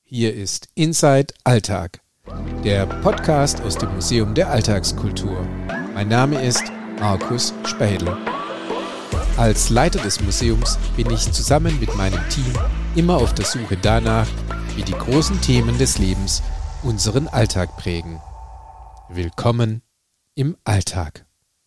Hier ist Inside Alltag, der Podcast aus dem Museum der Alltagskultur. Mein Name ist Markus Spähle. Als Leiter des Museums bin ich zusammen mit meinem Team immer auf der Suche danach, wie die großen Themen des Lebens unseren Alltag prägen. Willkommen im Alltag.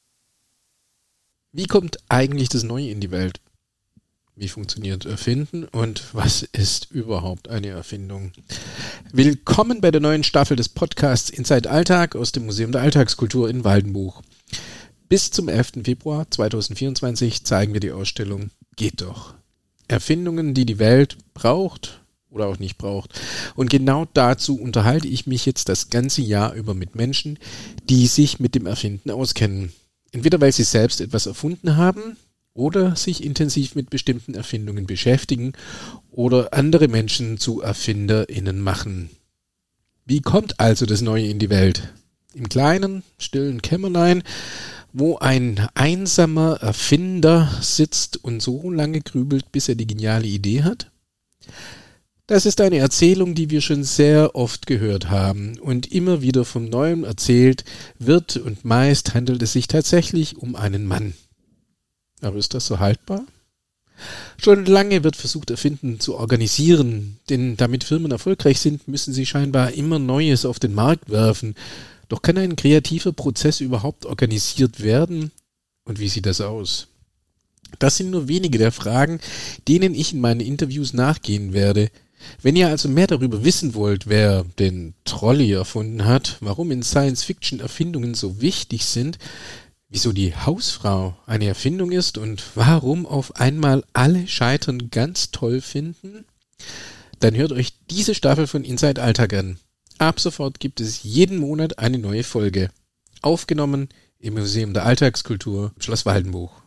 Wie kommt eigentlich das Neue in die Welt? Wie funktioniert Erfinden und was ist überhaupt eine Erfindung? Willkommen bei der neuen Staffel des Podcasts Inside Alltag aus dem Museum der Alltagskultur in Waldenbuch. Bis zum 11. Februar 2024 zeigen wir die Ausstellung Geht doch. Erfindungen, die die Welt braucht oder auch nicht braucht. Und genau dazu unterhalte ich mich jetzt das ganze Jahr über mit Menschen, die sich mit dem Erfinden auskennen. Entweder weil sie selbst etwas erfunden haben oder sich intensiv mit bestimmten Erfindungen beschäftigen oder andere Menschen zu ErfinderInnen machen. Wie kommt also das Neue in die Welt? Im kleinen, stillen Kämmerlein, wo ein einsamer Erfinder sitzt und so lange grübelt, bis er die geniale Idee hat? Das ist eine Erzählung, die wir schon sehr oft gehört haben und immer wieder vom Neuen erzählt wird, und meist handelt es sich tatsächlich um einen Mann. Aber ist das so haltbar? Schon lange wird versucht, Erfinden zu organisieren, denn damit Firmen erfolgreich sind, müssen sie scheinbar immer Neues auf den Markt werfen. Doch kann ein kreativer Prozess überhaupt organisiert werden? Und wie sieht das aus? Das sind nur wenige der Fragen, denen ich in meinen Interviews nachgehen werde. Wenn ihr also mehr darüber wissen wollt, wer den Trolley erfunden hat, warum in Science-Fiction Erfindungen so wichtig sind, wieso die Hausfrau eine Erfindung ist und warum auf einmal alle Scheitern ganz toll finden, dann hört euch diese Staffel von Inside Alltag an. Ab sofort gibt es jeden Monat eine neue Folge. Aufgenommen im Museum der Alltagskultur, Schloss Waldenbuch.